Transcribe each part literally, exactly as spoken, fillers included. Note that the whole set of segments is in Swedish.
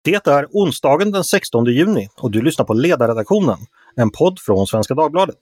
Det är onsdagen den sextonde juni och du lyssnar på Ledarredaktionen, en podd från Svenska Dagbladet.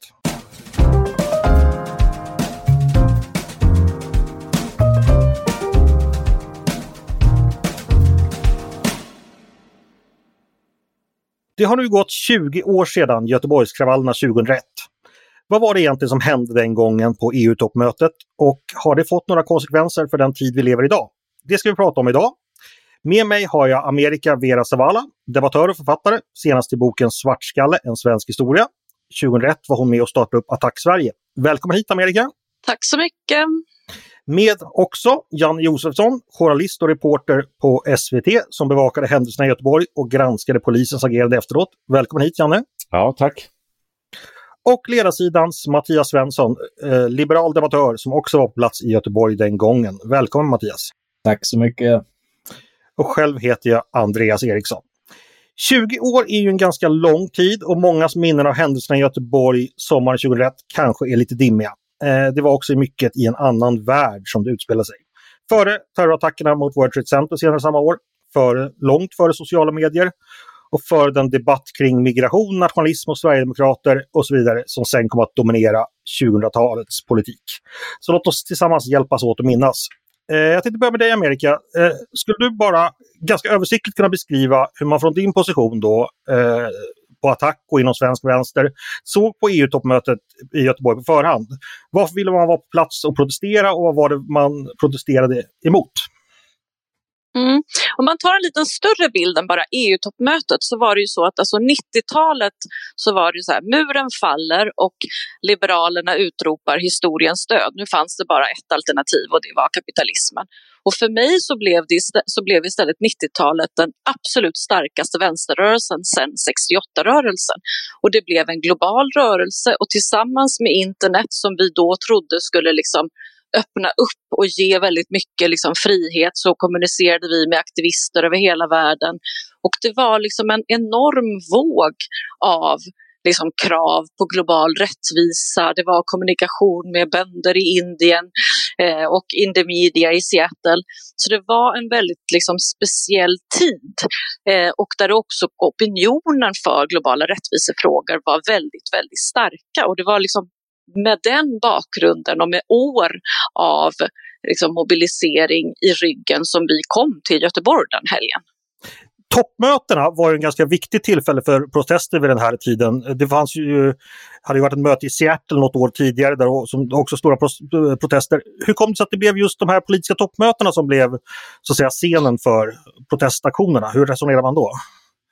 Det har nu gått tjugo år sedan Göteborgskravallerna tjugohundraett. Vad var det egentligen som hände den gången på E U-toppmötet och har det fått några konsekvenser för den tid vi lever idag? Det ska vi prata om idag. Med mig har jag America Vera Zavala, debattör och författare, senast i boken Svartskalle, en svensk historia. tjugohundraett var hon med och startade upp Attack Sverige. Välkommen hit, America. Tack så mycket. Med också Janne Josefsson, journalist och reporter på S V T som bevakade händelserna i Göteborg och granskade polisens agerande efteråt. Välkommen hit, Janne. Ja, tack. Och ledarsidans Mattias Svensson, eh, liberal debattör som också var på plats i Göteborg den gången. Välkommen, Mattias. Tack så mycket. Och själv heter jag Andreas Eriksson. tjugo år är ju en ganska lång tid och mångas minnen av händelserna i Göteborg sommaren tjugohundraett kanske är lite dimmiga. Eh, det var också mycket i en annan värld som det utspelade sig. Före terrorattackerna mot World Trade Center senare samma år, före, långt före sociala medier och för den debatt kring migration, nationalism och Sverigedemokrater och så vidare som sen kom att dominera tjugohundratalets politik. Så låt oss tillsammans hjälpas åt att minnas. Eh, jag tänkte börja med dig, America. Eh, skulle du bara ganska översiktligt kunna beskriva hur man från din position då eh, på Attack och inom svensk vänster såg på E U-toppmötet i Göteborg på förhand? Varför ville man vara på plats och protestera och vad var det man protesterade emot? Mm. Om man tar en liten större bild än bara E U-toppmötet så var det ju så att alltså nittiotalet så var det så här, muren faller och liberalerna utropar historiens död. Nu fanns det bara ett alternativ och det var kapitalismen. Och för mig så blev, det, så blev istället nittiotalet den absolut starkaste vänsterrörelsen sedan sextioåtta-rörelsen. Och det blev en global rörelse och tillsammans med internet som vi då trodde skulle liksom öppna upp och ge väldigt mycket liksom frihet så kommunicerade vi med aktivister över hela världen. Och det var liksom en enorm våg av liksom krav på global rättvisa. Det var kommunikation med bönder i Indien eh, och Indomedia i Seattle. Så det var en väldigt liksom speciell tid eh, och där också opinionen för globala rättvisefrågor var väldigt, väldigt starka. Och det var liksom med den bakgrunden och med år av liksom, mobilisering i ryggen som vi kom till Göteborg den helgen. Toppmötena var ju en ganska viktigt tillfälle för protester vid den här tiden. Det fanns ju, hade ju varit ett möte i Seattle något år tidigare där som också stora protester. Hur kom det sig att det blev just de här politiska toppmötena som blev så att säga scenen för protestaktionerna? Hur resonerar man då?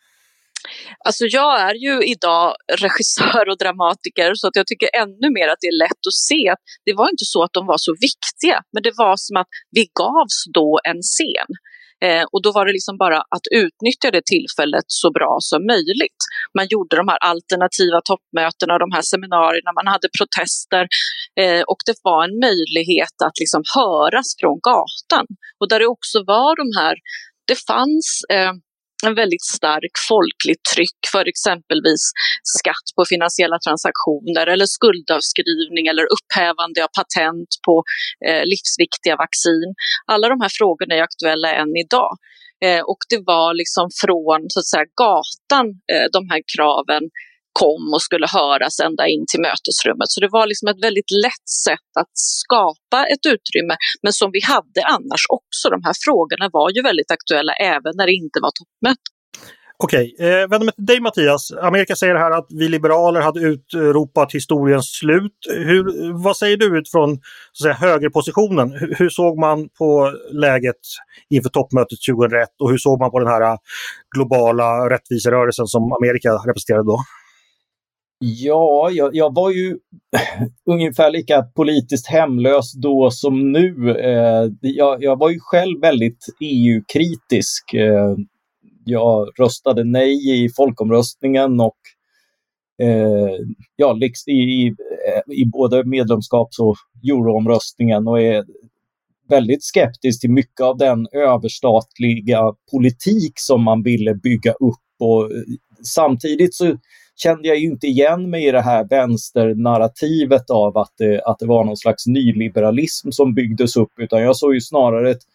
Alltså jag är ju idag regissör och dramatiker så att jag tycker ännu mer att det är lätt att se att det var inte så att de var så viktiga, men det var som att vi gavs då en scen. Eh, och då var det liksom bara att utnyttja det tillfället så bra som möjligt. Man gjorde de här alternativa toppmötena, de här seminarierna, man hade protester eh, och det var en möjlighet att liksom höras från gatan. Och där det också var de här, det fanns eh, en väldigt stark folkligt tryck för exempelvis skatt på finansiella transaktioner eller skuldavskrivning eller upphävande av patent på eh, livsviktiga vaccin. Alla de här frågorna är aktuella än idag. Eh, och det var liksom från så att säga, gatan eh, de här kraven kom och skulle höras ända in till mötesrummet. Så det var liksom ett väldigt lätt sätt att skapa ett utrymme, men som vi hade annars också. De här frågorna var ju väldigt aktuella även när det inte var toppmöte. Okej, eh, vänder mig till dig, Mattias. Amerika säger här att vi liberaler hade utropat historiens slut. Hur, vad säger du utifrån så att säga, högerpositionen? Hur, hur såg man på läget inför toppmötet tjugohundraett och hur såg man på den här globala rättviserörelsen som Amerika representerade då? Ja, jag, jag var ju ungefär lika politiskt hemlös då som nu. Eh, jag, jag var ju själv väldigt E U-kritisk. Eh, jag röstade nej i folkomröstningen och eh, ja, liksom i, i, i både medlemskaps- och euroomröstningen och är väldigt skeptisk till mycket av den överstatliga politik som man ville bygga upp. Och samtidigt så kände jag ju inte igen mig i det här vänsternarrativet av att det, att det var någon slags nyliberalism som byggdes upp, utan jag såg ju snarare ett,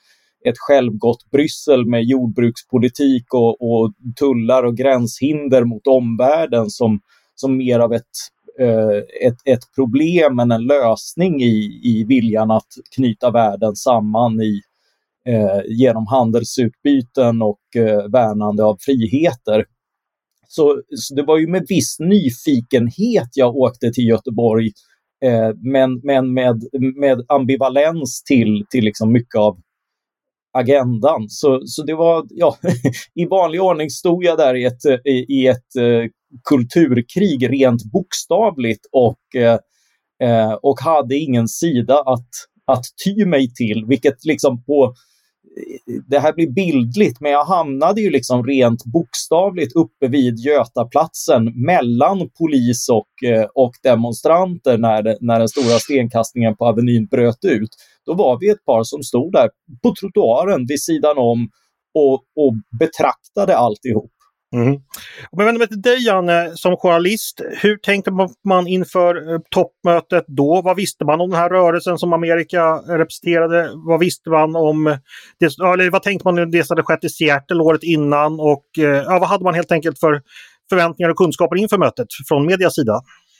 ett självgott Bryssel med jordbrukspolitik och, och tullar och gränshinder mot omvärlden som, som mer av ett, eh, ett, ett problem än en lösning i, i viljan att knyta världen samman i, eh, genom handelsutbyten och eh, värnande av friheter. Så, så det var ju med viss nyfikenhet jag åkte till Göteborg, eh, men, men med, med ambivalens till, till liksom mycket av agendan. Så, så det var, ja, i vanlig ordning stod jag där i ett, i, i ett eh, kulturkrig rent bokstavligt och, eh, och hade ingen sida att, att ty mig till, vilket liksom på det här blir bildligt, men jag hamnade ju liksom rent bokstavligt uppe vid Götaplatsen mellan polis och, och demonstranter när, det, när den stora stenkastningen på Avenyn bröt ut. Då var vi ett par som stod där på trottoaren vid sidan om och, och betraktade alltihop. Mm. Men vänder mig till dig, Janne, som journalist. Hur tänkte man inför toppmötet då? Vad visste man om den här rörelsen som Amerika representerade? Vad visste man om det, eller vad tänkte man om det som hade skett i Seattle året innan? Och ja, vad hade man helt enkelt för förväntningar och kunskaper inför mötet från medias sida?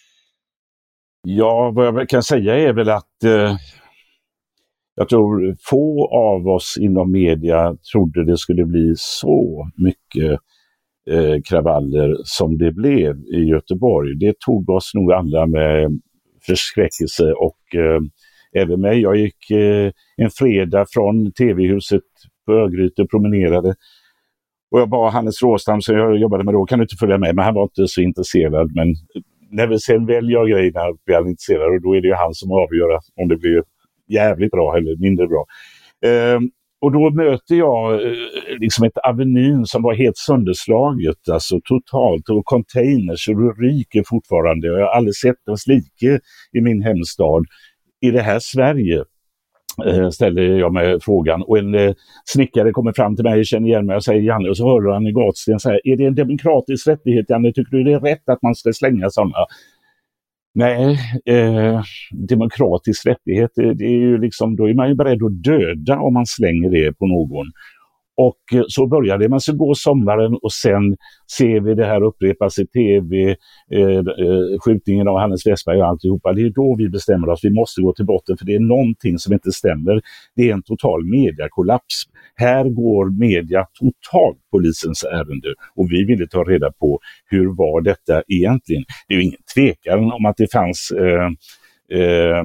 Ja, vad jag kan säga är väl att eh, jag tror få av oss inom media trodde det skulle bli så mycket Eh, kravaller som det blev i Göteborg. Det tog oss nog alla med förskräckelse och eh, även mig. Jag gick eh, en fredag från tv-huset på Örgryte och promenerade och jag bad Hannes Råstam som jag jobbade med då, kan du inte följa med? Men han var inte så intresserad, men när vi sen väljer grejerna blir han intresserad och då är det ju han som avgör om det blir jävligt bra eller mindre bra. Eh, Och då möter jag eh, liksom ett Avenyn som var helt sönderslaget, alltså totalt, och containers och det ryker fortfarande. Jag har aldrig sett oss like i min hemstad. I det här Sverige eh, ställer jag mig frågan. Och en eh, snickare kommer fram till mig och känner igen mig och säger Janne, och så hör han i gatsten så här, är det en demokratisk rättighet, Janne? Tycker du det är rätt att man ska slänga sådana? Nej, eh, demokratisk rättighet, det, det är ju liksom, då är man ju beredd att döda om man slänger det på någon. Och eh, så börjar det, man så går sommaren och sen ser vi det här upprepas i tv, eh, eh, skjutningen av Hannes Westberg och alltihopa. Det är då vi bestämmer oss, vi måste gå till botten för det är någonting som inte stämmer. Det är en total mediakollaps. Här går media totalt polisens ärende och vi ville ta reda på hur var detta egentligen. Det är ju ingen tvekan om att det fanns eh, eh,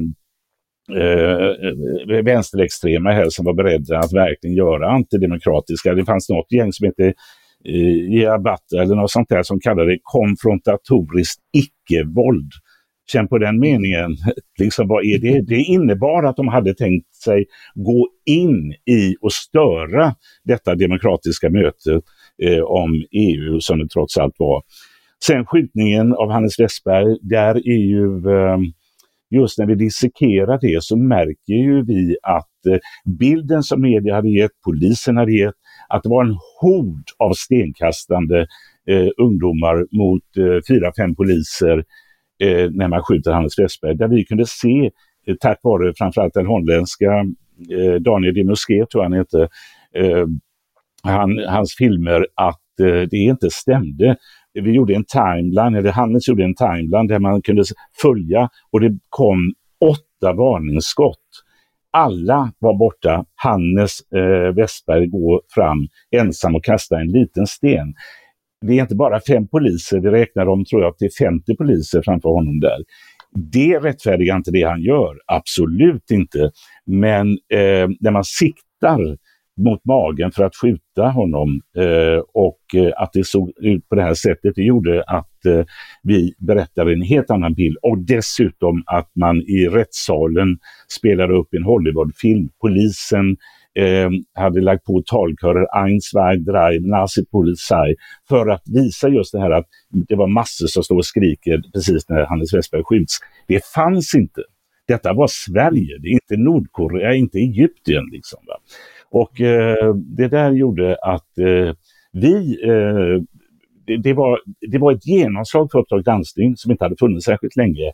eh, vänsterextrema här som var beredda att verkligen göra antidemokratiska. Det fanns något gäng som heter eh, Jeabatta eller något sånt där som kallade det konfrontatoriskt icke-våld. Känn på den meningen, liksom, vad är det? Det innebar att de hade tänkt sig gå in i och störa detta demokratiska möte eh, om E U som det trots allt var. Sen skjutningen av Hannes Westberg, där är ju, eh, just när vi dissekerar det så märker ju vi att eh, bilden som media hade gett, polisen hade gett, att det var en hord av stenkastande eh, ungdomar mot eh, fyra, fem poliser Eh, när man skjuter Hannes Westberg, där vi kunde se eh, tack vare framförallt den holländska eh, Daniel de Musquet tror jag han heter, eh, han, hans filmer att eh, det inte stämde. Vi gjorde en timeline, eller Hannes gjorde en timeline där man kunde följa och det kom åtta varningsskott. Alla var borta. Hannes eh, Westberg går fram ensam och kastar en liten sten. Det är inte bara fem poliser, vi räknar om tror jag till femtio poliser framför honom där. Det rättfärdigar inte det han gör, absolut inte. Men eh, när man siktar mot magen för att skjuta honom eh, och eh, att det såg ut på det här sättet, det gjorde att eh, vi berättade en helt annan bild. Och dessutom att man i rättssalen spelade upp en Hollywoodfilm. Polisen Eh, hade lagt på talkörer Eins, zwei, drei, Nazi-Polizei för att visa just det här att det var massor som stod och skriker precis när Hannes Westberg skjuts. Det fanns inte. Detta var Sverige, det är inte Nordkorea, inte Egypten liksom, va? Och eh, det där gjorde att eh, vi eh, det, det, var, det var ett genomslag för Uppdrag granskning som inte hade funnits särskilt länge.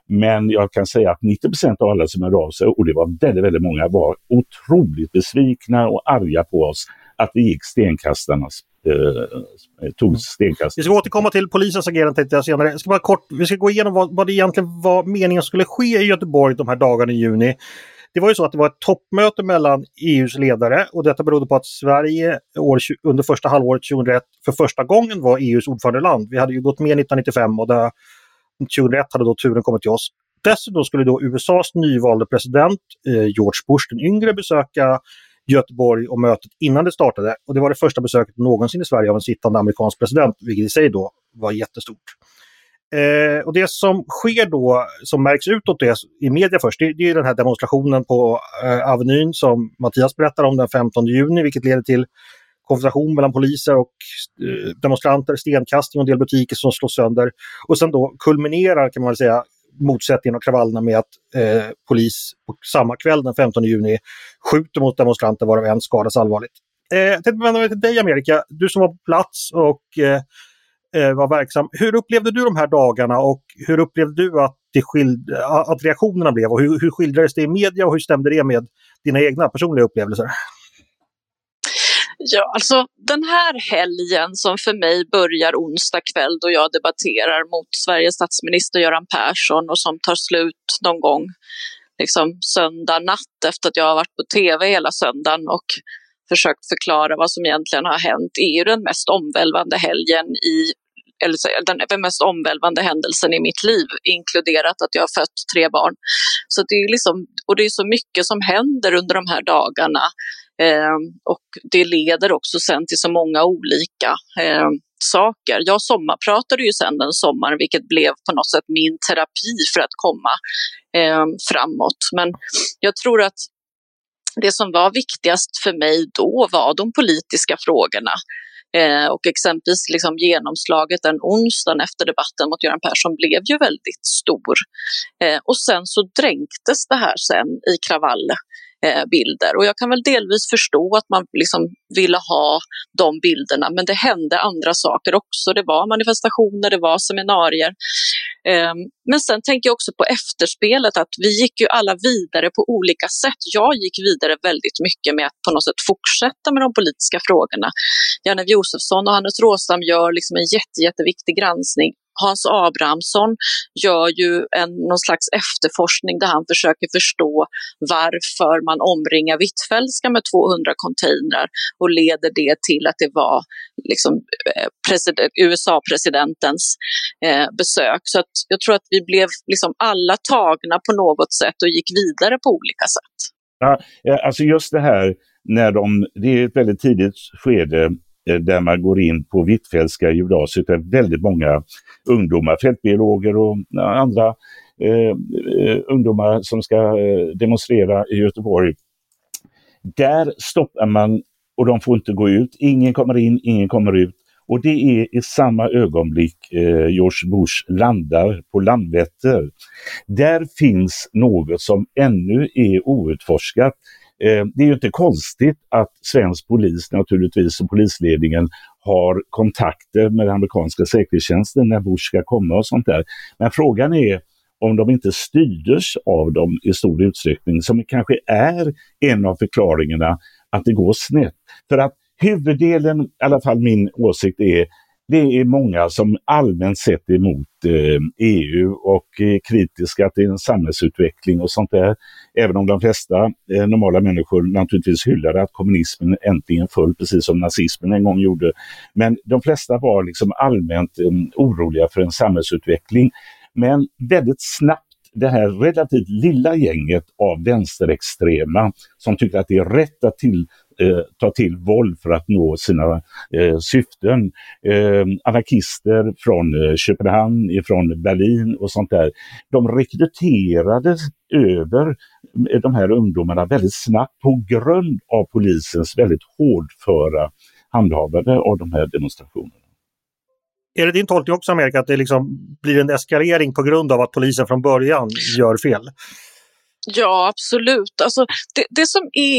Men jag kan säga att nittio procent av alla som hörde av sig, och det var väldigt, väldigt många, var otroligt besvikna och arga på oss att det gick stenkastarnas eh, tog stenkast. Vi ska återkomma till polisens agerande jag senare. Jag ska bara kort, vi ska gå igenom vad, vad det egentligen var meningen skulle ske i Göteborg de här dagarna i juni. Det var ju så att det var ett toppmöte mellan E U:s ledare och detta berodde på att Sverige år, under första halvåret tjugohundraett för första gången var E U:s ordförandeland. Vi hade ju gått med nittonhundranittiofem och där tjugohundraett hade då turen kommit till oss. Dessutom skulle då U S A:s nyvalde president eh, George Bush den yngre besöka Göteborg och mötet innan det startade. Och det var det första besöket någonsin i Sverige av en sittande amerikansk president, vilket i sig då var jättestort. Eh, och det som sker då, som märks utåt det i media först, det, det är den här demonstrationen på eh, Avenyn som Mattias berättar om den femtonde juni, vilket leder till konfrontation mellan poliser och eh, demonstranter, stenkastning och en del butiker som slås sönder. Och sen då kulminerar, kan man väl säga, motsättningen och kravallerna med att eh, polis på samma kväll den femtonde juni skjuter mot demonstranter varav en skadas allvarligt. Eh, jag tänkte vända mig till dig, Amerika, du som var på plats och eh, var verksam. Hur upplevde du de här dagarna och hur upplevde du att, det skild, att reaktionerna blev och hur, hur skildrades det i media och hur stämde det med dina egna personliga upplevelser? Ja, alltså den här helgen som för mig börjar onsdag kväll då jag debatterar mot Sveriges statsminister Göran Persson och som tar slut någon gång liksom söndag natt efter att jag har varit på tv hela söndagen och försökt förklara vad som egentligen har hänt, är ju den mest omvälvande helgen i, eller den mest omvälvande händelsen i mitt liv, inkluderat att jag har fött tre barn. Så det är liksom, och det är så mycket som händer under de här dagarna eh, och det leder också sen till så många olika eh, saker. Jag sommarpratade ju sen den sommaren, vilket blev på något sätt min terapi för att komma eh, framåt. Men jag tror att det som var viktigast för mig då var de politiska frågorna eh, och exempelvis liksom genomslaget den onsdagen efter debatten mot Göran Persson blev ju väldigt stor. Eh, och sen så dränktes det här sen i kravallbilder eh, och jag kan väl delvis förstå att man liksom ville ha de bilderna, men det hände andra saker också. Det var manifestationer, det var seminarier. Men sen tänker jag också på efterspelet att vi gick ju alla vidare på olika sätt. Jag gick vidare väldigt mycket med att på något sätt fortsätta med de politiska frågorna. Janne Josefsson och Hannes Råstam gör liksom en jätte, jätteviktig granskning. Hans Abrahamsson gör ju en, någon slags efterforskning där han försöker förstå varför man omringar Hvitfeldtska med tvåhundra containrar och leder det till att det var liksom, president, U S A-presidentens eh, besök. Så att jag tror att vi blev liksom alla tagna på något sätt och gick vidare på olika sätt. Ja, alltså just det här, när de, det är ett väldigt tidigt skede där man går in på Hvitfeldtska gymnasiet, där väldigt många ungdomar, fältbiologer och andra eh, ungdomar som ska eh, demonstrera i Göteborg. Där stoppar man och de får inte gå ut. Ingen kommer in, ingen kommer ut. Och det är i samma ögonblick eh, George Bush landar på Landvetter. Där finns något som ännu är outforskat. Det är ju inte konstigt att svensk polis naturligtvis och polisledningen har kontakter med den amerikanska säkerhetstjänsten när Bush ska komma och sånt där. Men frågan är om de inte styrdes av dem i stor utsträckning, som kanske är en av förklaringarna att det går snett. För att huvuddelen, i alla fall min åsikt är, det är många som allmänt sett är emot eh, E U och är kritiska till en samhällsutveckling och sånt där. Även om de flesta eh, normala människor naturligtvis hyllar att kommunismen äntligen föll, precis som nazismen en gång gjorde. Men de flesta var liksom allmänt eh, oroliga för en samhällsutveckling. Men väldigt snabbt det här relativt lilla gänget av vänsterextrema som tycker att det är rätt att till Eh, ta till våld för att nå sina eh, syften. Eh, anarkister från eh, Köpenhamn, från Berlin och sånt där. De rekryterades över de här ungdomarna väldigt snabbt på grund av polisens väldigt hårdföra handhavande av de här demonstrationerna. Är det din tolkning också, Amerika, att det liksom blir en eskalering på grund av att polisen från början gör fel? Ja, absolut. Alltså, det, det som är att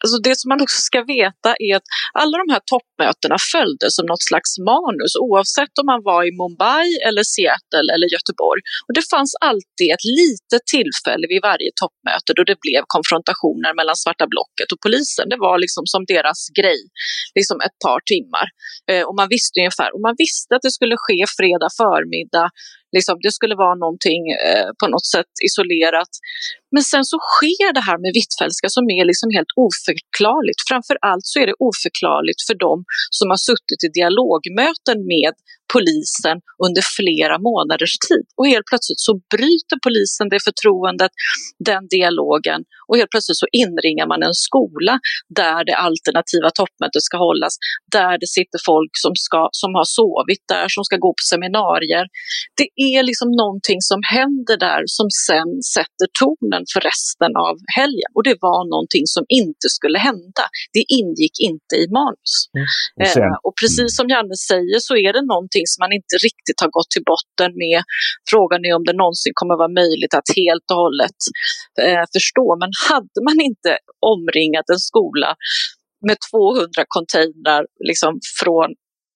alltså det som man också ska veta är att alla de här toppmötena följdes som något slags manus oavsett om man var i Mumbai eller Seattle eller Göteborg. Och det fanns alltid ett litet tillfälle vid varje toppmöte då det blev konfrontationer mellan svarta blocket och polisen. Det var liksom som deras grej, liksom ett par timmar. Eh, och man visste ungefär, och man visste att det skulle ske fredag förmiddag. Liksom, det skulle vara någonting eh, på något sätt isolerat. Men sen så sker det här med Hvitfeldtska som är liksom helt oförklarligt. Framförallt så är det oförklarligt för dem som har suttit i dialogmöten med polisen under flera månaders tid. Och helt plötsligt så bryter polisen det förtroendet, den dialogen. Och helt plötsligt så inringar man en skola där det alternativa toppmötet ska hållas. Där det sitter folk som, ska, som har sovit där, som ska gå på seminarier. Det är liksom någonting som händer där som sen sätter tonen för resten av helgen. Och det var någonting som inte skulle hända. Det ingick inte i manus. Mm. Och, sen, eh, och precis som Janne säger så är det någonting som man inte riktigt har gått till botten med. Frågan är om det någonsin kommer vara möjligt att helt och hållet eh, förstå. Men hade man inte omringat en skola med tvåhundra containrar liksom från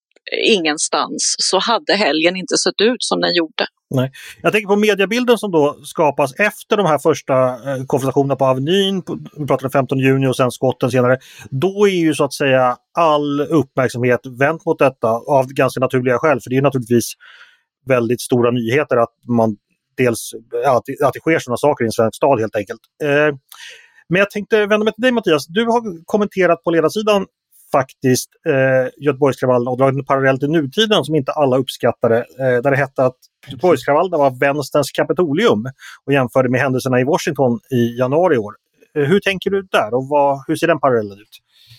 ingenstans så hade helgen inte sett ut som den gjorde. Nej. Jag tänker på mediebilden som då skapas efter de här första eh, konfrontationerna på Avenyn, på, vi pratade den femtonde juni och sen skotten senare. Då är ju så att säga all uppmärksamhet vänt mot detta av ganska naturliga skäl, för det är naturligtvis väldigt stora nyheter att man dels att, att det sker sådana saker i en svensk stad helt enkelt. Eh, men jag tänkte vända mig till dig Mattias, du har kommenterat på ledarsidan faktiskt eh, Göteborgskravallen och dragit en parallell till nutiden som inte alla uppskattade, eh, där det hette att Göteborgskravallen var vänsterns kapitolium och jämförde med händelserna i Washington i januari i år. Eh, hur tänker du där och vad, hur ser den parallellen ut?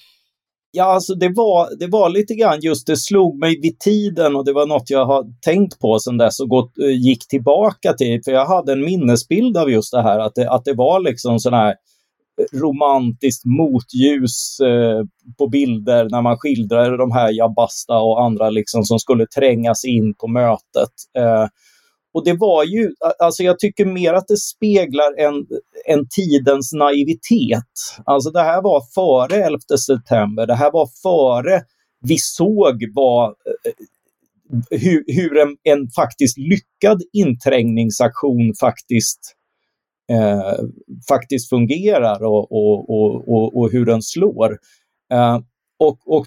Ja, alltså det var, det var lite grann just det slog mig vid tiden och det var något jag har tänkt på sedan dess och gått, gick tillbaka till, för jag hade en minnesbild av just det här, att det, att det var liksom sån här romantiskt motljus eh, på bilder när man skildrade de här Jabasta och andra liksom som skulle trängas in på mötet. Eh, och det var ju, alltså jag tycker mer att det speglar en, en tidens naivitet. Alltså det här var före elfte september, det här var före vi såg vad, eh, hur, hur en, en faktiskt lyckad inträngningsaktion faktiskt Eh, faktiskt fungerar och, och, och, och, och hur den slår. Eh, och och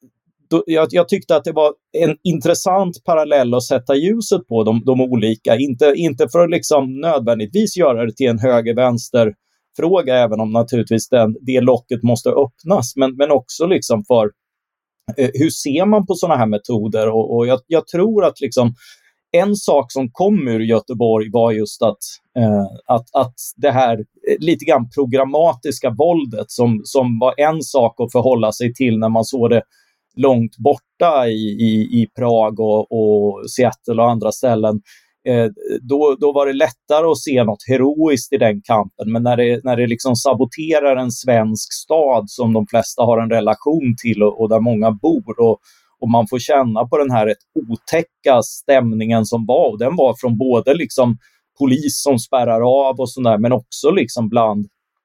då, jag, jag tyckte att det var en intressant parallell att sätta ljuset på de, de olika, inte, inte för att liksom nödvändigtvis göra det till en höger-vänster fråga, även om naturligtvis den, det locket måste öppnas, men, men också liksom för eh, hur ser man på sådana här metoder, och, och jag, jag tror att liksom en sak som kom ur Göteborg var just att, eh, att, att det här lite grann programmatiska våldet som, som var en sak att förhålla sig till när man såg det långt borta i, i, i Prag och, och Seattle och andra ställen. Eh, då, då var det lättare att se något heroiskt i den kampen, men när det, när det liksom saboterar en svensk stad som de flesta har en relation till och, och där många bor, och Och man får känna på den här rätt otäcka stämningen som var. Och den var från både liksom polis som spärrar av och sådär, men också liksom bland,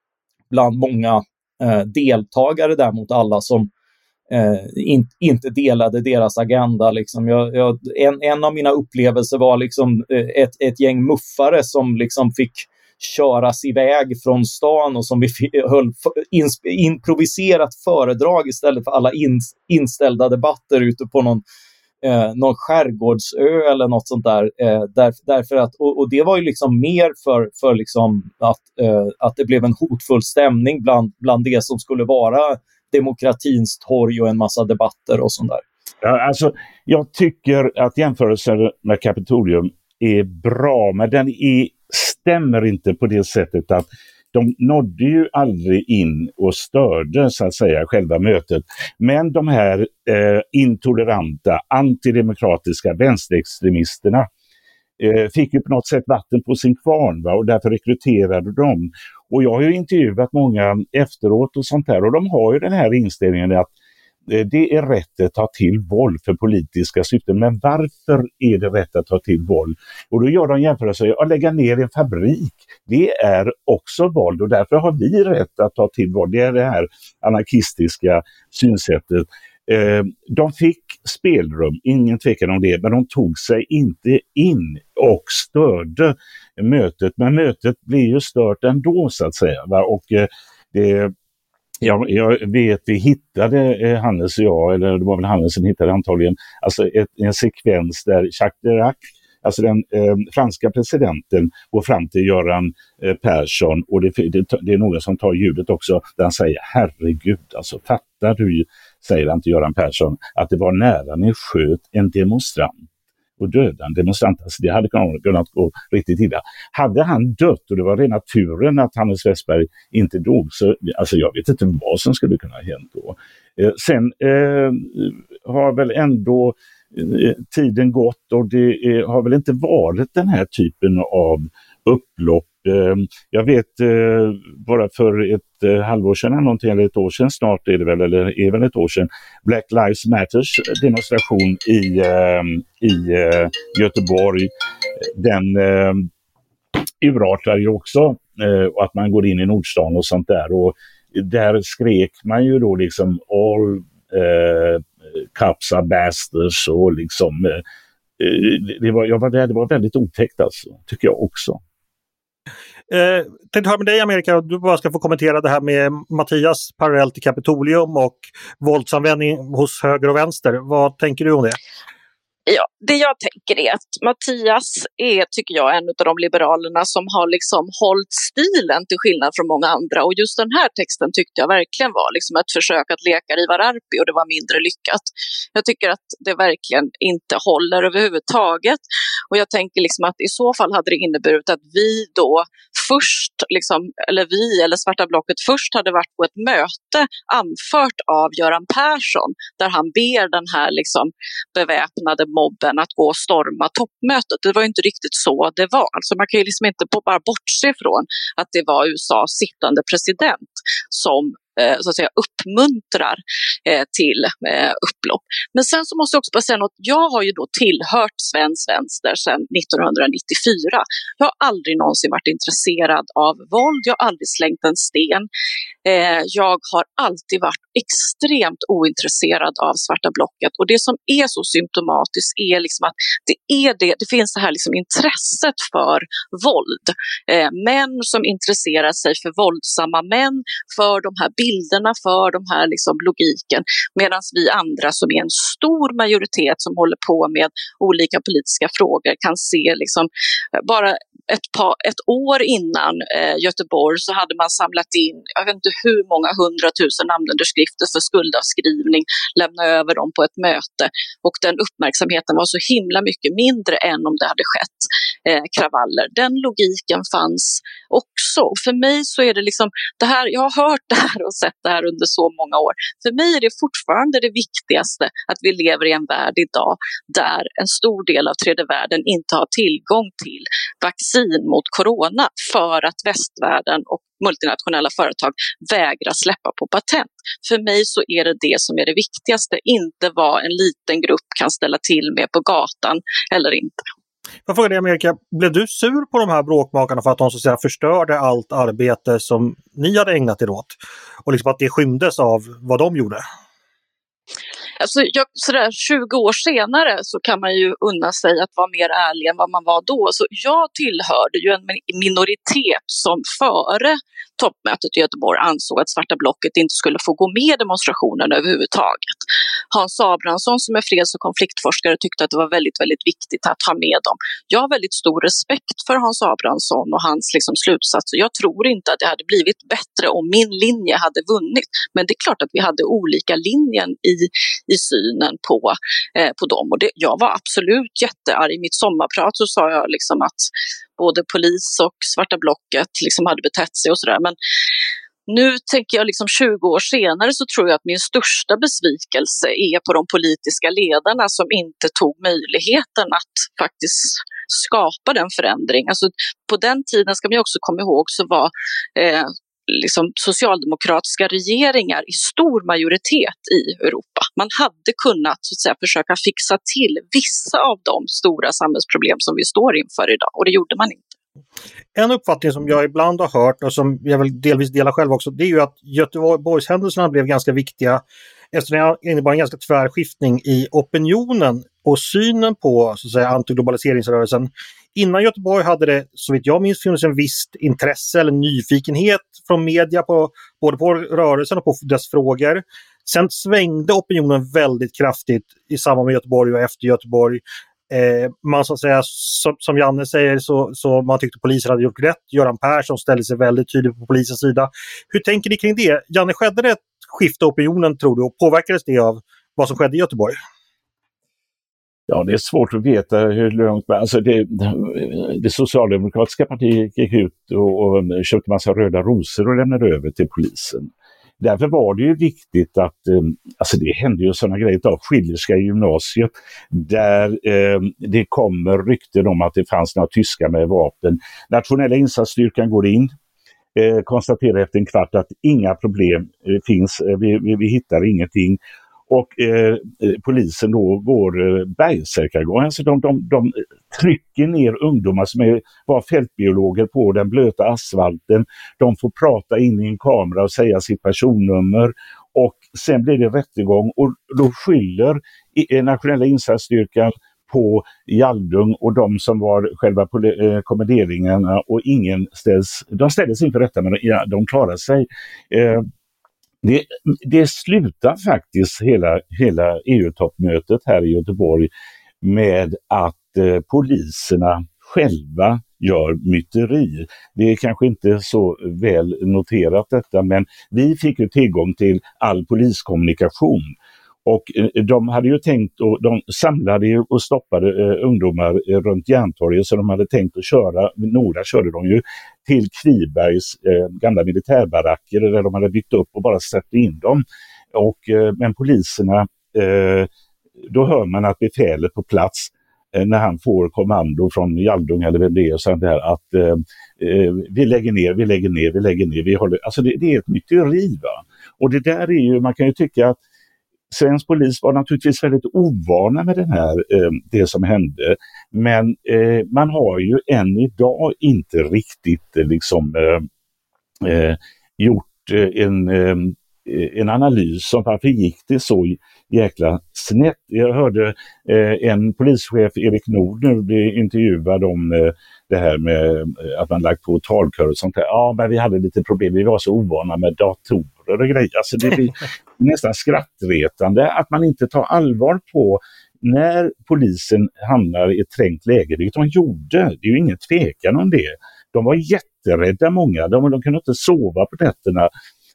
bland många eh, deltagare där mot alla som eh, in, inte delade deras agenda. Liksom. Jag, jag, en, en av mina upplevelser var liksom eh, ett, ett gäng muffare som liksom fick köras iväg från stan och som vi höll in, improviserat föredrag istället för alla in, inställda debatter ute på någon, eh, någon skärgårdsö eller något sånt där. Eh, där därför att, och, och det var ju liksom mer för, för liksom att, eh, att det blev en hotfull stämning bland, bland det som skulle vara demokratins torg och en massa debatter och sånt där. Ja, alltså, jag tycker att jämförelsen med Kapitolium är bra, men den är stämmer inte på det sättet att de nådde ju aldrig in och störde så att säga själva mötet. Men de här eh, intoleranta, antidemokratiska vänsterextremisterna eh, fick ju på något sätt vatten på sin kvarn, va? Och därför rekryterade de. Och jag har ju intervjuat många efteråt och sånt här, och de har ju den här inställningen att det är rätt att ta till våld för politiska syften. Men varför är det rätt att ta till våld? Och då gör de jämförelser att lägga ner en fabrik. Det är också våld och därför har vi rätt att ta till våld. Det är det här anarkistiska synsättet. De fick spelrum, ingen tvekan om det, men de tog sig inte in och störde mötet. Men mötet blir ju stört ändå så att säga. Och det... Ja, jag vet, vi hittade, eh, Hannes och jag, eller det var väl Hannes som hittade antagligen, alltså ett, en sekvens där Jacques Chirac, alltså den eh, franska presidenten, går fram till Göran eh, Persson och det, det, det är någon som tar ljudet också, där han säger, herregud, alltså fattar du, säger han till Göran Persson, att det var nära ni sköt en demonstrant och döda en demonstrant. Alltså det hade kunnat, kunnat gå riktigt illa. Hade han dött och det var rena turen att Hannes Westberg inte dog, så alltså jag vet inte vad som skulle kunna ha hänt då. Eh, sen eh, har väl ändå eh, tiden gått och det eh, har väl inte varit den här typen av upplopp. Eh, jag vet eh, bara för ett eh, halvår sedan någonting, eller ett år sedan snart är det väl, eller är väl ett år sedan, Black Lives Matters demonstration i, eh, i eh, Göteborg. Den eh, urartar ju också eh, och att man går in i Nordstan och sånt där, och där skrek man ju då liksom all eh, cops are bastards och liksom eh, det var, jag var där, det var väldigt otäckt alltså, tycker jag också. Eh, tänkte höra med dig, Amerika, du bara ska få kommentera det här med Mattias parallell till Kapitolium och våldsanvändning hos höger och vänster. Vad tänker du om det? Ja, det jag tänker är att Mattias är, tycker jag, en av de liberalerna som har liksom hållit stilen till skillnad från många andra. Och just den här texten tyckte jag verkligen var liksom ett försök att leka Ivar Arpi, och det var mindre lyckat. Jag tycker att det verkligen inte håller överhuvudtaget. Och jag tänker liksom att i så fall hade det inneburit att vi då först, liksom, eller vi eller Svarta blocket först hade varit på ett möte anfört av Göran Persson där han ber den här liksom beväpnade mobben att gå och storma toppmötet. Det var ju inte riktigt så det var. Alltså man kan ju liksom inte bara bortse ifrån att det var U S A:s sittande president som eh, så att säga uppmuntrar eh, till eh, upplopp. Men sen så måste jag också bara säga något. Jag har ju då tillhört svensk vänster sedan nittonhundranittiofyra. Jag har aldrig någonsin varit intresserad av våld. Jag har aldrig slängt en sten. Eh, jag har alltid varit extremt ointresserad av Svarta blocket. Och det som är så symptomatiskt är liksom att det, är det, det finns det här liksom intresset för våld. Eh, män som intresserar sig för våldsamma män, för de här bilderna, för de här liksom logiken. Medan vi andra som är en stor majoritet som håller på med olika politiska frågor kan se liksom bara ett, par, ett år innan eh, Göteborg så hade man samlat in, jag vet inte hur många hundratusen namnunderskrifter för skuldavskrivning, lämna över dem på ett möte, och den uppmärksamheten var så himla mycket mindre än om det hade skett eh, kravaller. Den logiken fanns också. Och för mig så är det liksom det här, jag har hört det här och sett det här under så många år. För mig är det fortfarande det viktigaste att vi lever i en värld idag där en stor del av tredje världen inte har tillgång till vaccin mot corona för att västvärlden och multinationella företag vägrar släppa på patent. För mig så är det det som är det viktigaste, inte vad en liten grupp kan ställa till med på gatan eller inte. Jag frågar dig, Amerika, blev du sur på de här bråkmakarna för att de så att säga förstörde allt arbete som ni hade ägnat er åt? Och liksom att det skymdes av vad de gjorde? Alltså, jag, sådär, tjugo år senare så kan man ju unna sig att vara mer ärlig än vad man var då. Så jag tillhörde ju en minoritet som före toppmötet i Göteborg ansåg att Svarta blocket inte skulle få gå med demonstrationen överhuvudtaget. Hans Abrahamsson som är freds- och konfliktforskare tyckte att det var väldigt, väldigt viktigt att ha med dem. Jag har väldigt stor respekt för Hans Abrahamsson och hans liksom, slutsatser. Jag tror inte att det hade blivit bättre om min linje hade vunnit. Men det är klart att vi hade olika linjen i i synen på, eh, på dem. Och det, jag var absolut jättearg. I mitt sommarprat så sa jag liksom att både polis och Svarta blocket liksom hade betett sig och sådär. Men nu tänker jag liksom tjugo år senare så tror jag att min största besvikelse är på de politiska ledarna som inte tog möjligheten att faktiskt skapa den förändring. Alltså på den tiden ska man ju också komma ihåg så var eh, liksom socialdemokratiska regeringar i stor majoritet i Europa. man hade kunnat så att säga, försöka fixa till vissa av de stora samhällsproblem som vi står inför idag, och det gjorde man inte. En uppfattning som jag ibland har hört och som jag väl delvis delar själv också, det är ju att Göteborgshändelserna blev ganska viktiga eftersom det innebar en ganska tvärskiftning i opinionen och synen på så att säga, antiglobaliseringsrörelsen. Innan Göteborg hade det, så vitt jag minns, funnits en visst intresse eller nyfikenhet från media på både på rörelsen och på dess frågor. Sen svängde opinionen väldigt kraftigt i samband med Göteborg och efter Göteborg. Eh, man så att säga, som, som Janne säger, så, så man tyckte polisen hade gjort rätt. Göran Persson ställde sig väldigt tydligt på polisens sida. Hur tänker ni kring det? Janne, skedde det ett skifte i opinionen, tror du, och påverkades det av vad som skedde i Göteborg? Ja, det är svårt att veta hur långt... Alltså det, det socialdemokratiska partiet gick ut och, och köpte massa röda rosor och lämnade över till polisen. Därför var det ju viktigt att, alltså det hände ju sådana grejer av Schillerska gymnasiet där eh, det kommer rykten om att det fanns några tyskar med vapen. Nationella insatsstyrkan går in, eh, konstaterar efter en kvart att inga problem eh, finns, eh, vi, vi, vi hittar ingenting. Och eh, polisen då går eh, bergsärkargång, alltså de, de, de trycker ner ungdomar som är, var fältbiologer på den blöta asfalten. De får prata in i en kamera och säga sitt personnummer, och sen blir det rättegång och då skyller i, eh, nationella insatsstyrkan på Jaldung och de som var själva poli- eh, kommenderingarna, och ingen ställs, de ställdes inför rätta, men ja, de klarar sig. Eh, Det, det slutar faktiskt hela, hela E U-toppmötet här i Göteborg med att eh, poliserna själva gör myteri. Det är kanske inte så väl noterat detta, men vi fick ju tillgång till all poliskommunikation. Och eh, de hade ju tänkt, och de samlade ju och stoppade eh, ungdomar eh, runt Järntorget, så de hade tänkt att köra, Nora körde de ju till Kvibergs eh, gamla militärbaracker där de hade byggt upp och bara släppte in dem. Och, eh, men poliserna, eh, då hör man att befälet på plats, eh, när han får kommando från Jaldung eller vem det är, så där, att eh, vi lägger ner, vi lägger ner, vi lägger ner. Vi håller, alltså det, det är ett myteri, va? Och det där är ju, man kan ju tycka att svensk polis var naturligtvis väldigt ovana med den här, eh, det som hände. Men eh, man har ju än idag inte riktigt eh, liksom, eh, eh, gjort eh, en, eh, en analys om varför gick det så jäkla snett. Jag hörde eh, en polischef, Erik Nord, nu bli intervjuad om eh, det här med eh, att man lagt på talkör och sånt där. Ja, men vi hade lite problem. Vi var så ovana med datorer och grejer. Alltså det blir nästan skrattretande att man inte tar allvar på när polisen hamnar i ett trängt läge. Det de gjorde, det är ju ingen tvekan om det. De var jätterädda, många. De, de kunde inte sova på nätterna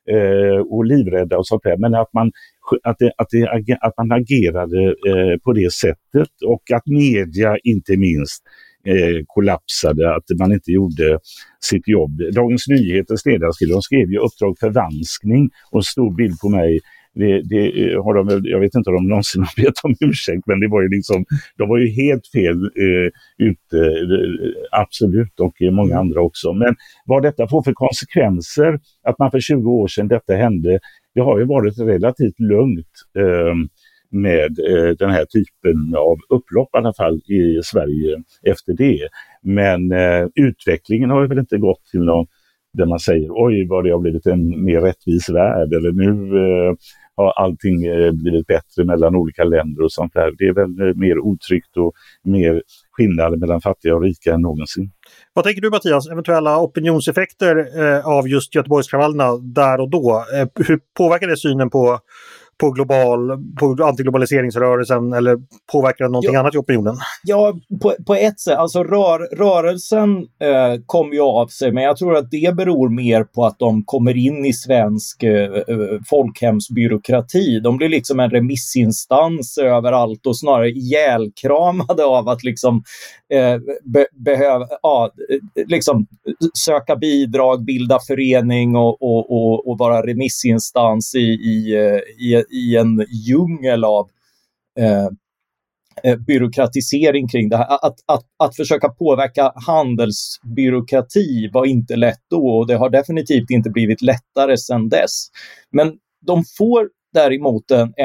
eh, och livrädda och sånt där. Men att man, att det, att det, att man agerade eh, på det sättet, och att media inte minst Eh, kollapsade, att man inte gjorde sitt jobb. Dagens Nyheters ledarskrivare, de skrev ju uppdrag förvanskning och en stor bild på mig. Det, det har de, jag vet inte om de någonsin har bett om ursäkt, men det var ju liksom, de var ju helt fel eh, ute, eh, absolut, och många andra också. Men vad detta får för konsekvenser, att man för tjugo år sedan detta hände, det har ju varit relativt lugnt eh, med eh, den här typen av upplopp i alla fall i Sverige efter det. Men eh, utvecklingen har ju väl inte gått till någon där man säger oj vad det har blivit en mer rättvis värld, eller nu eh, har allting eh, blivit bättre mellan olika länder och sånt där. Det är väl eh, mer otryggt och mer skillnader mellan fattiga och rika än någonsin. Vad tänker du, Mattias? Eventuella opinionseffekter eh, av just Göteborgskravallerna där och då? Eh, hur påverkar det synen på på global, på antiglobaliseringsrörelsen, eller påverkar det någonting ja, annat i opinionen? Ja, på, på ett sätt. Alltså rör, rörelsen eh, kom ju av sig, men jag tror att det beror mer på att de kommer in i svensk eh, folkhemsbyråkrati. De blir liksom en remissinstans överallt och snarare ihjälkramade av att liksom eh, be, behöva ja, liksom söka bidrag, bilda förening och, och, och, och vara remissinstans i, i, i i en djungel av eh, byråkratisering kring det här. Att, att, att försöka påverka handelsbyråkrati var inte lätt då, och det har definitivt inte blivit lättare sedan dess. Men de får däremot en, en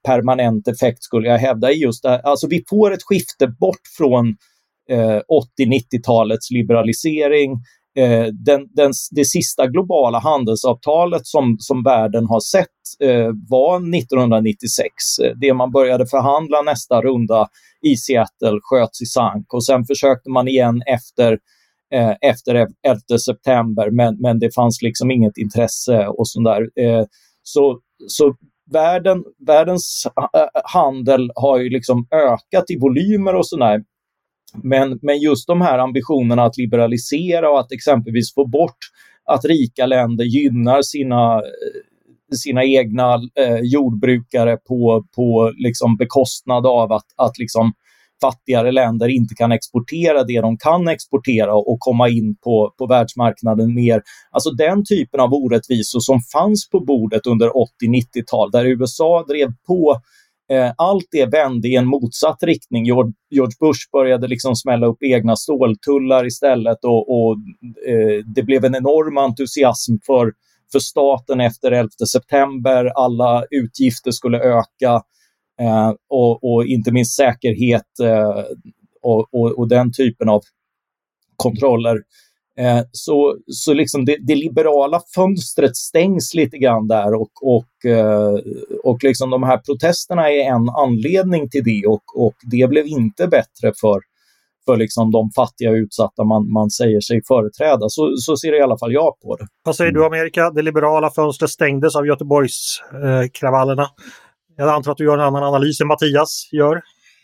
permanent effekt skulle jag hävda i just det. Alltså vi får ett skifte bort från eh, åttio-nittiotalets liberalisering. Eh, den, den, det sista globala handelsavtalet som, som världen har sett eh, var nittonhundranittiosex. Det man började förhandla nästa runda i Seattle sköts i sank och sen försökte man igen efter eh, efter elfte september, men, men det fanns liksom inget intresse och sådär. Eh, så, så världen, världens handel har ju liksom ökat i volymer och sådär. Men, men just de här ambitionerna att liberalisera och att exempelvis få bort att rika länder gynnar sina, sina egna eh, jordbrukare på, på liksom bekostnad av att, att liksom fattigare länder inte kan exportera det de kan exportera och komma in på, på världsmarknaden mer. Alltså den typen av orättvisor som fanns på bordet under åttio-nittiotal där U S A drev på. Eh, allt det vände i en motsatt riktning. George, George Bush började liksom smälla upp egna ståltullar istället och, och eh, det blev en enorm entusiasm för, för staten efter elfte september. Alla utgifter skulle öka eh, och, och inte minst säkerhet eh, och, och, och den typen av kontroller. Eh, så så liksom det, det liberala fönstret stängs lite grann där och, och, eh, och liksom de här protesterna är en anledning till det och, och det blev inte bättre för, för liksom de fattiga och utsatta man, man säger sig företräda. Så, så ser i alla fall jag på det. Vad säger du, Amerika? Det liberala fönstret stängdes av Göteborgs eh, kravallerna. Jag antar att du gör en annan analys än Mattias gör.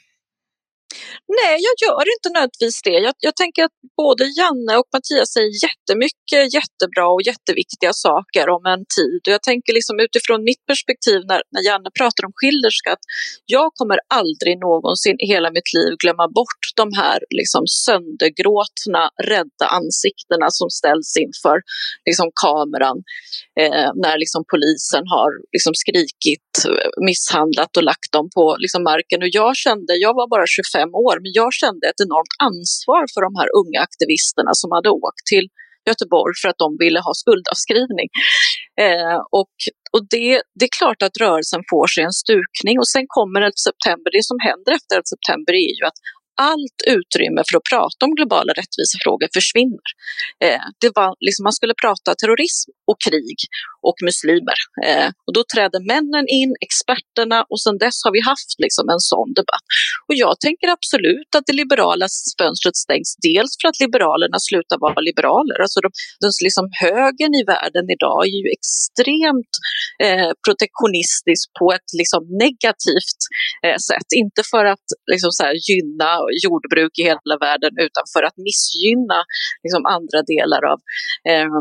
Nej, jag gör inte nödvändigtvis det. Jag, jag tänker att både Janne och Mattias säger jättemycket jättebra och jätteviktiga saker om en tid. Och jag tänker liksom utifrån mitt perspektiv när, när Janne pratar om Schilderska att jag kommer aldrig någonsin i hela mitt liv glömma bort de här liksom söndergråtna, rädda ansiktena som ställs inför liksom kameran eh, när liksom polisen har liksom skrikit, misshandlat och lagt dem på liksom marken. Och jag kände, jag var bara tjugofem år, men jag kände ett enormt ansvar för de här unga aktivisterna som hade åkt till Göteborg för att de ville ha skuldavskrivning. Eh, och och det, det är klart att rörelsen får sig en stukning och sen kommer elfte september. Det som händer efter elfte september är ju att allt utrymme för att prata om globala rättvisefrågor försvinner. Eh, det var liksom, man skulle prata terrorism och krig och muslimer. Eh, och då träder männen in, experterna, och sen dess har vi haft liksom en sån debatt. Och jag tänker absolut att det liberala fönstret stängs, dels för att liberalerna slutar vara liberaler. Alltså de, den liksom högern i världen idag är ju extremt eh, protektionistisk på ett liksom negativt eh, sätt. Inte för att liksom så här, gynna jordbruk i hela världen utan för att missgynna liksom andra delar av, eh,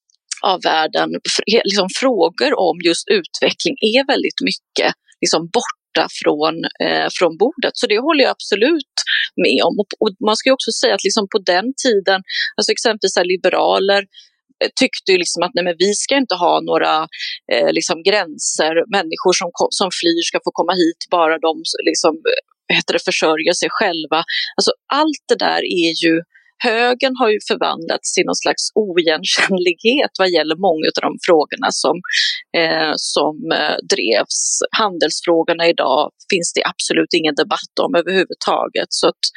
av världen. Liksom, frågor om just utveckling är väldigt mycket liksom, borta från, eh, från bordet. Så det håller jag absolut med om. Och, och man ska ju också säga att liksom, på den tiden, alltså exempelvis här, liberaler tyckte ju liksom att nej, men vi ska inte ha några eh, liksom gränser. Människor som, som flyr ska få komma hit, bara de liksom, heter det, försörjer sig själva. Alltså, allt det där är ju, högern har ju förvandlats till någon slags oigenkännlighet vad gäller många av de frågorna som, eh, som eh, drevs. Handelsfrågorna idag finns det absolut ingen debatt om överhuvudtaget. Så att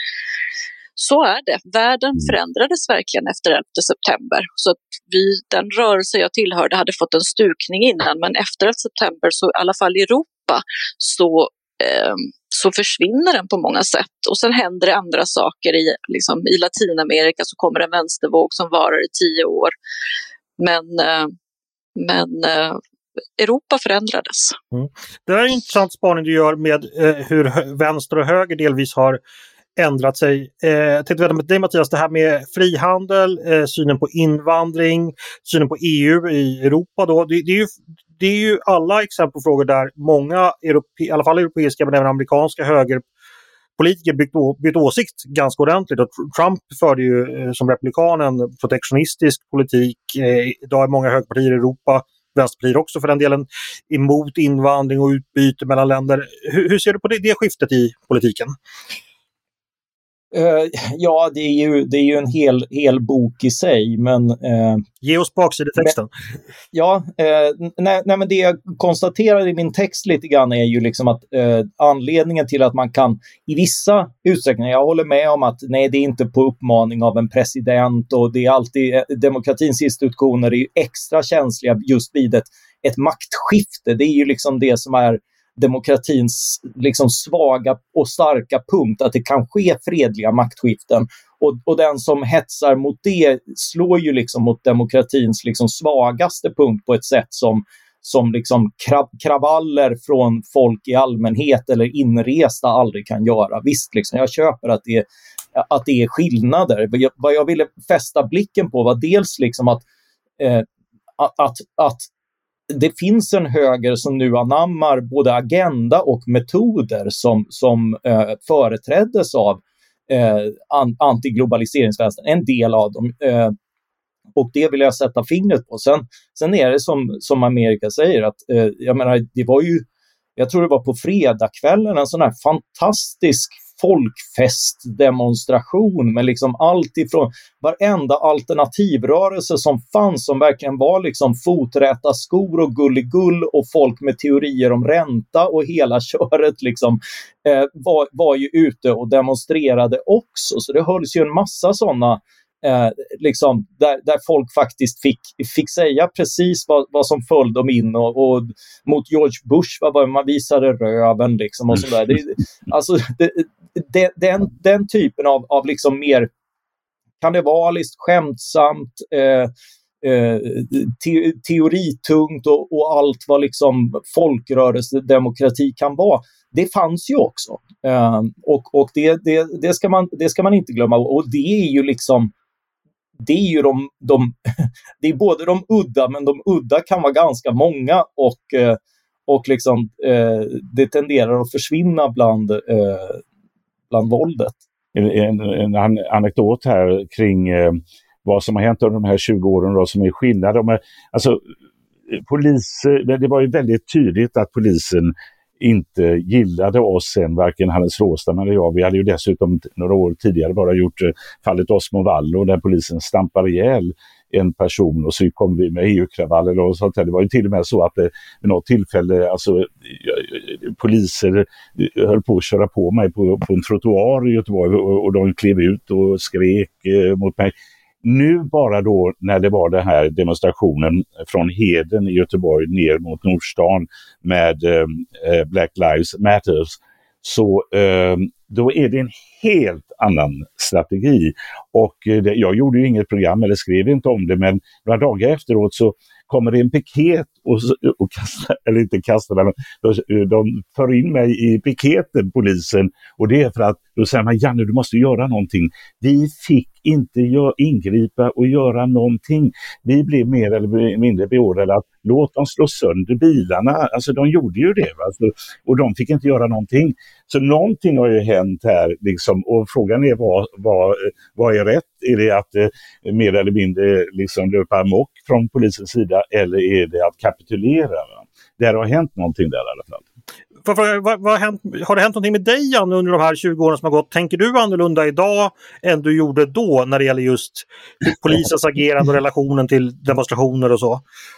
Så är det. Världen förändrades verkligen efter elfte september. Så att vi, den rörelse jag tillhörde hade fått en stukning innan. Men efter elfte september, så i alla fall i Europa, så, eh, så försvinner den på många sätt. Och sen händer det andra saker. I, liksom, i Latinamerika så kommer en vänstervåg som varar i tio år. Men, eh, men eh, Europa förändrades. Mm. Det är en intressant spaning du gör med eh, hur vänster och höger delvis har ändrat sig. Eh, jag tänkte veta med dig, Mattias, det här med frihandel, eh, synen på invandring, synen på E U i Europa då. Det, det, är, ju, det är ju alla exempel på frågor där många, europe, i alla fall europeiska men även amerikanska högerpolitiker bytt, bytt åsikt ganska ordentligt. Och Trump förde ju eh, som republikan en protektionistisk politik. Eh, idag är många högerpartier i Europa, vänsterpartier också för den delen, emot invandring och utbyte mellan länder. Hur, hur ser du på det, det skiftet i politiken? Uh, ja, det är ju, det är ju en hel, hel bok i sig, men... Uh, Ge oss baksidetexten. Men, ja, uh, nej, nej, men det jag konstaterar i min text lite grann är ju liksom att uh, anledningen till att man kan i vissa utsträckningar, jag håller med om att nej, det är inte på uppmaning av en president och det är alltid, uh, demokratins institutioner är ju extra känsliga just vid ett, ett maktskifte. Det är ju liksom det som är demokratins liksom svaga och starka punkt, att det kan ske fredliga maktskiften. Och, och den som hetsar mot det slår ju liksom mot demokratins liksom svagaste punkt på ett sätt som, som liksom krav, kravaller från folk i allmänhet eller inresta aldrig kan göra. Visst, liksom, jag köper att det, att det är skillnader. Jag, vad jag ville fästa blicken på var dels liksom att, eh, att, att, att det finns en höger som nu anammar både agenda och metoder som, som eh, företräddes av eh, an, antiglobaliseringsvänstern, en del av dem. Eh, och det vill jag sätta fingret på. Sen, sen är det som, som Amerika säger, att eh, jag menar, det var ju, jag tror det var på fredagskvällen, en sån här fantastisk folkfestdemonstration med liksom allt ifrån varenda alternativrörelse som fanns, som verkligen var liksom foträta skor och gulligull och folk med teorier om ränta och hela köret liksom eh, var, var ju ute och demonstrerade också. Så det hölls ju en massa sådana Eh, liksom, där, där folk faktiskt fick, fick säga precis vad, vad som föll dem in och, och mot George Bush vad var man visade röven liksom och sådär. Det, alltså det, det, den, den typen av, av liksom mer karnevaliskt, skämtsamt eh, eh, te, teoritungt och, och allt vad liksom folkrörelsedemokrati kan vara, det fanns ju också. Eh, och och det, det, det, ska man, det ska man inte glömma. Och det är ju liksom det är ju de, de det är både de udda, men de udda kan vara ganska många och, och liksom, eh, det tenderar att försvinna bland, eh, bland våldet. En, en, en anekdot här kring eh, vad som har hänt under de här tjugo åren då, som är skillnad. De är, alltså, polis, det var ju väldigt tydligt att polisen inte gillade oss sen, varken Hannes Råstam eller jag. Vi hade ju dessutom några år tidigare bara gjort eh, fallet Osmo Vallo där polisen stampar ihjäl en person och så kom vi med E U-kravaller och sånt där. Det var ju till och med så att det eh, vid något tillfälle alltså, poliser höll på att köra på mig på, på en trottoar i Göteborg och, och de klev ut och skrek eh, mot mig. Nu bara då när det var den här demonstrationen från Heden i Göteborg ner mot Nordstan med eh, Black Lives Matters, så eh, då är det en helt annan strategi. Och eh, det, jag gjorde ju inget program eller skrev inte om det, men några dagar efteråt så kommer det en piket och, och kastar, eller inte kastar, men de, de för in mig i piketen, polisen, och det är för att då säger man, Janne, du måste göra någonting. Vi fick inte gör, ingripa och göra någonting. Vi blev mer eller mindre beordrade att låt dem slå sönder bilarna. Alltså de gjorde ju det, alltså, och de fick inte göra någonting. Så någonting har ju hänt här liksom, och frågan är vad, vad, vad är rätt? Är det att eh, mer eller mindre liksom löpa amok från polisens sida, eller är det att kapitulera? Va? Det har hänt någonting där i alla fall. Vad, vad, vad har, hänt, har det hänt någonting med dig, Janne, under de här tjugo åren som har gått? Tänker du annorlunda idag än du gjorde då när det gäller just polisens agerande och relationen till demonstrationer och så?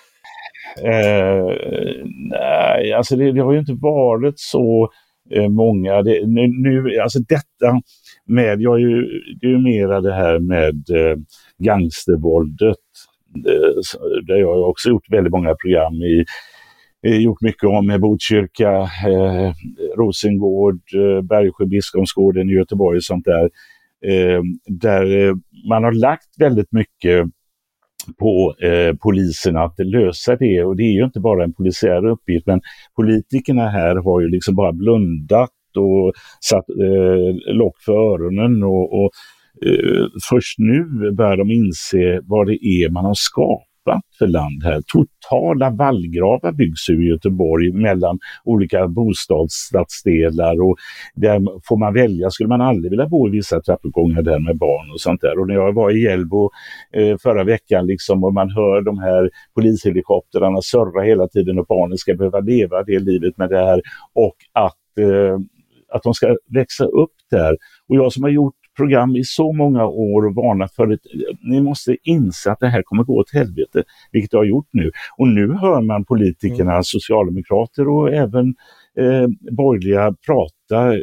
Eh, nej, alltså det, det har ju inte varit så eh, många. Det, nu, nu, alltså detta med, jag är ju, det är ju mera det här med eh, gangstervåldet. Eh, där jag har också gjort väldigt många program i gjort mycket om med Botkyrka, eh, Rosengård, eh, Bergsjö, Biskopsgården i Göteborg och sånt där. Eh, där eh, man har lagt väldigt mycket på eh, polisen att lösa det, och det är ju inte bara en polisiär uppgift, men politikerna här har ju liksom bara blundat och satt eh, lock för öronen och, och eh, först nu börjar de inse vad det är man har skapat för land här. Totala vallgravar byggs i Göteborg mellan olika bostadsstadsdelar, och där får man välja. Skulle man aldrig vilja bo i vissa trappuppgångar där med barn och sånt där. Och när jag var i Hjällbo eh, förra veckan liksom, och man hör de här polishelikopterarna surra hela tiden och barnen ska behöva leva det livet med det här, och att, eh, att de ska växa upp där. Och jag som har gjort program i så många år och varnat för att ni måste inse att det här kommer gå åt helvete, vilket det har gjort nu. Och nu hör man politikerna, mm. socialdemokrater och även eh, borgerliga prata,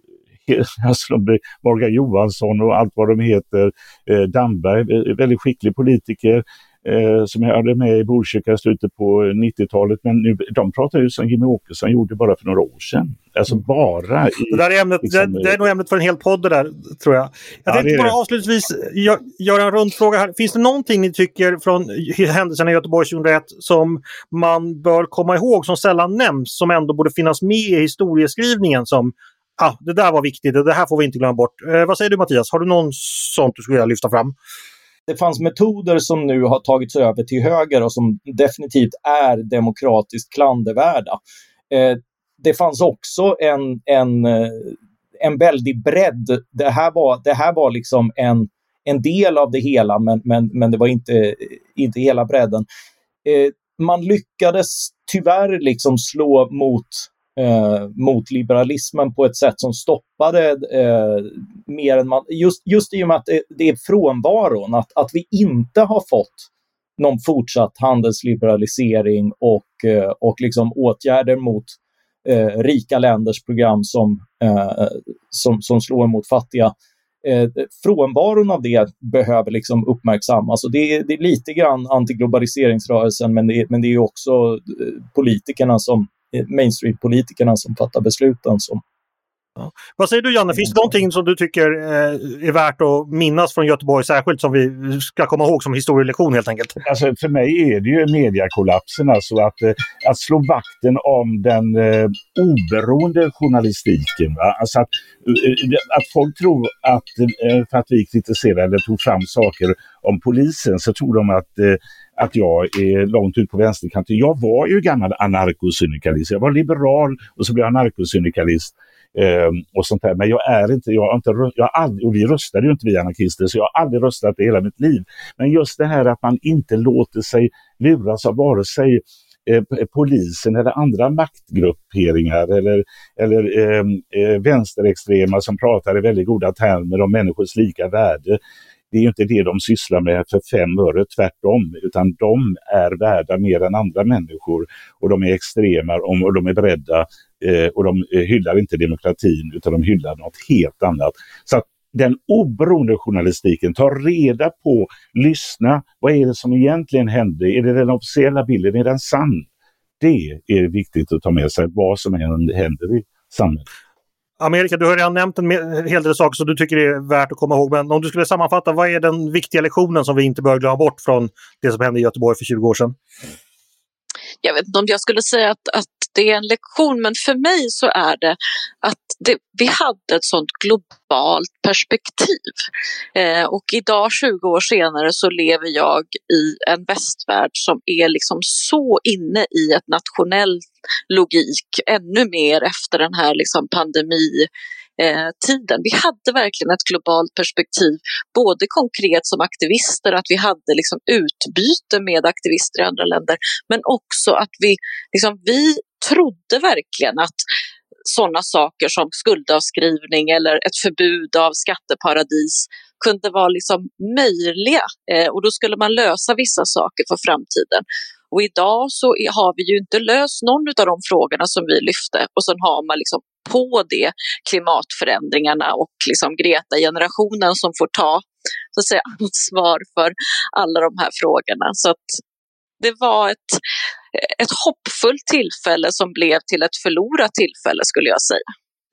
alltså Morgan Johansson och allt vad de heter, eh, Damberg, väldigt skicklig politiker eh, som jag hade med i Botkyrka i slutet på nittiotalet, men nu, de pratar ju som Jimmie Åkesson gjorde bara för några år sedan. Alltså bara i, det, där är ämnet, liksom, det, det är nog ämnet för en hel podd det där, tror jag. Jag ja, tänkte bara avslutningsvis gö- göra en rundfråga här. Finns det någonting ni tycker från händelserna i Göteborg tjugohundraett som man bör komma ihåg, som sällan nämns, som ändå borde finnas med i historieskrivningen, som ah, det där var viktigt, det här får vi inte glömma bort. Eh, vad säger du, Mattias? Har du någon sånt du skulle vilja lyfta fram? Det fanns metoder som nu har tagits över till höger och som definitivt är demokratiskt klandervärda. Eh, det fanns också en, en, en väldig bredd. Det här var, det här var liksom en, en del av det hela, men, men, men det var inte, inte hela bredden. Eh, man lyckades tyvärr liksom slå mot Eh, mot liberalismen på ett sätt som stoppade eh, mer än man, just, just i och med att det, det är frånvaron, att, att vi inte har fått någon fortsatt handelsliberalisering och, eh, och liksom åtgärder mot eh, rika länders program som, eh, som, som slår mot fattiga. Eh, frånvaron av det behöver liksom uppmärksammas, och det är, det är lite grann antiglobaliseringsrörelsen, men det, men det är också eh, politikerna som mainstream-politikerna som fattar besluten. Som... Ja. Vad säger du, Janne? Finns det någonting som du tycker eh, är värt att minnas från Göteborg särskilt, som vi ska komma ihåg som historielektion helt enkelt? Alltså, för mig är det ju mediakollapsen, alltså att, eh, att slå vakten om den eh, oberoende journalistiken. Va? Alltså att, eh, att folk tror att eh, för att vi kritiserade eller tog fram saker om polisen, så tror de att eh, att jag är långt ut på vänsterkanten. Jag var ju gammal anarkosyndikalist. Jag var liberal och så blev jag anarkosyndikalist eh, och sånt där. Men jag är inte, jag har inte, jag har aldrig, och vi röstade ju inte, vi anarkister, så jag har aldrig röstat i hela mitt liv. Men just det här att man inte låter sig luras av vare sig eh, polisen eller andra maktgrupperingar eller, eller eh, eh, vänsterextrema som pratar i väldigt goda termer om människors lika värde. Det är ju inte det de sysslar med för fem öre, tvärtom, utan de är värda mer än andra människor, och de är extrema och de är beredda eh, och de hyllar inte demokratin utan de hyllar något helt annat. Så att den oberoende journalistiken tar reda på, lyssna, vad är det som egentligen händer? Är det den officiella bilden? Är den sann? Det är viktigt att ta med sig, vad som händer i samhället. Amerika, du har redan nämnt en hel del saker som du tycker är värt att komma ihåg, men om du skulle sammanfatta, vad är den viktiga lektionen som vi inte bör glömma bort från det som hände i Göteborg för tjugo år sedan? Jag vet inte om jag skulle säga att, att det är en lektion, men för mig så är det att det, vi hade ett sånt globalt perspektiv. Eh, och idag, tjugo år senare, så lever jag i en västvärld som är liksom så inne i ett nationell logik, ännu mer efter den här liksom pandemi Eh, tiden. Vi hade verkligen ett globalt perspektiv, både konkret som aktivister, att vi hade liksom utbyte med aktivister i andra länder, men också att vi, liksom, vi trodde verkligen att sådana saker som skuldavskrivning eller ett förbud av skatteparadis kunde vara liksom möjliga, eh, och då skulle man lösa vissa saker för framtiden. Och idag så har vi ju inte löst någon av de frågorna som vi lyfte, och sen har man liksom på det klimatförändringarna och liksom Greta-generationen som får ta, så att säga, ansvar för alla de här frågorna. Så att det var ett, ett hoppfullt tillfälle som blev till ett förlorat tillfälle, skulle jag säga.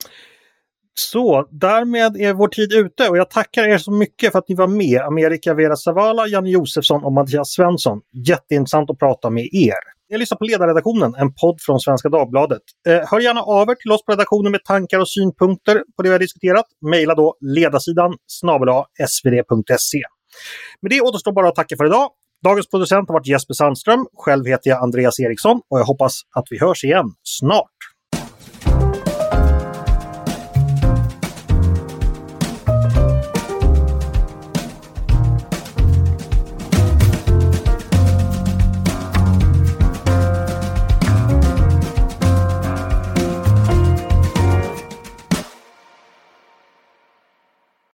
Så, därmed är vår tid ute, och jag tackar er så mycket för att ni var med. Amerika Vera Zavala, Janne Josefsson och Mattias Svensson. Jätteintressant att prata med er. Ni lyssnar på Ledarredaktionen, en podd från Svenska Dagbladet. Eh, hör gärna av er till oss på redaktionen med tankar och synpunkter på det vi har diskuterat. Maila då ledarsidan snabel-a s v d punkt se. Med det återstår bara att tacka för idag. Dagens producent har varit Jesper Sandström. Själv heter jag Andreas Eriksson och jag hoppas att vi hörs igen snart.